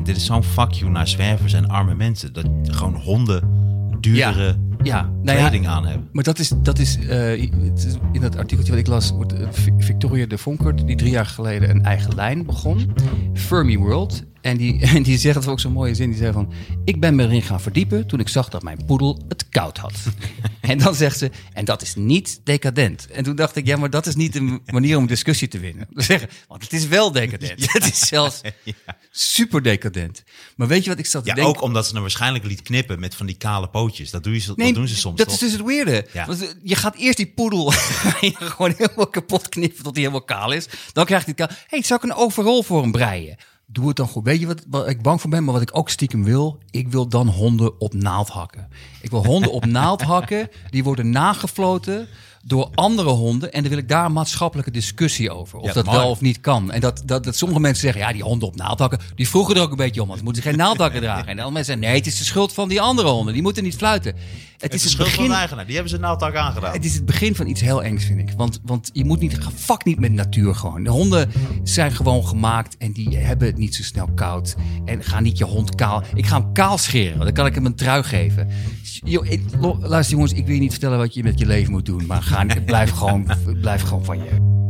dit is zo'n fuck you naar zwervers en arme mensen. Dat gewoon honden duurdere kleding aan hebben. Maar dat is in dat artikeltje wat ik las, wordt Victoria de Vonkert, die 3 jaar geleden een eigen lijn begon. Fermi World. En die zegt het ook zo'n mooie zin. Die zei van, ik ben me erin gaan verdiepen toen ik zag dat mijn poedel het koud had. En dan zegt ze, en dat is niet decadent. En toen dacht ik, ja, maar dat is niet een manier om een discussie te winnen. Want het is wel decadent. Ja. Het is zelfs super decadent. Maar weet je wat ik zat te denken? Ook omdat ze hem waarschijnlijk liet knippen met van die kale pootjes. Dat doen ze soms. Dat is dus het weirde. Ja. Want je gaat eerst die poedel gewoon helemaal kapot knippen tot hij helemaal kaal is. Dan krijgt hij kaal. Hey, zou ik een overall voor hem breien? Doe het dan goed. Weet je wat ik bang voor ben, maar wat ik ook stiekem wil? Ik wil dan honden op naald hakken. Ik wil honden op naald hakken. Die worden nagefloten door andere honden. En dan wil ik daar een maatschappelijke discussie over. Of dat wel of niet kan. En dat sommige mensen zeggen, ja, die honden op naald hakken. Die vroegen er ook een beetje om. Want ze moeten geen naaldhakken dragen. En dan mensen zeggen, nee, het is de schuld van die andere honden. Die moeten niet fluiten. Het is de schuld van de eigenaar. Die hebben ze een naaldhak aangedaan. Het is het begin van iets heel engs, vind ik. Want je moet niet, fuck niet met natuur gewoon. De honden zijn gewoon gemaakt en die hebben het niet zo snel koud. En ga niet je hond kaal. Ik ga hem kaal scheren. Dan kan ik hem een trui geven. Luister jongens, ik wil je niet vertellen wat je met je leven moet doen. Maar blijf gewoon van je.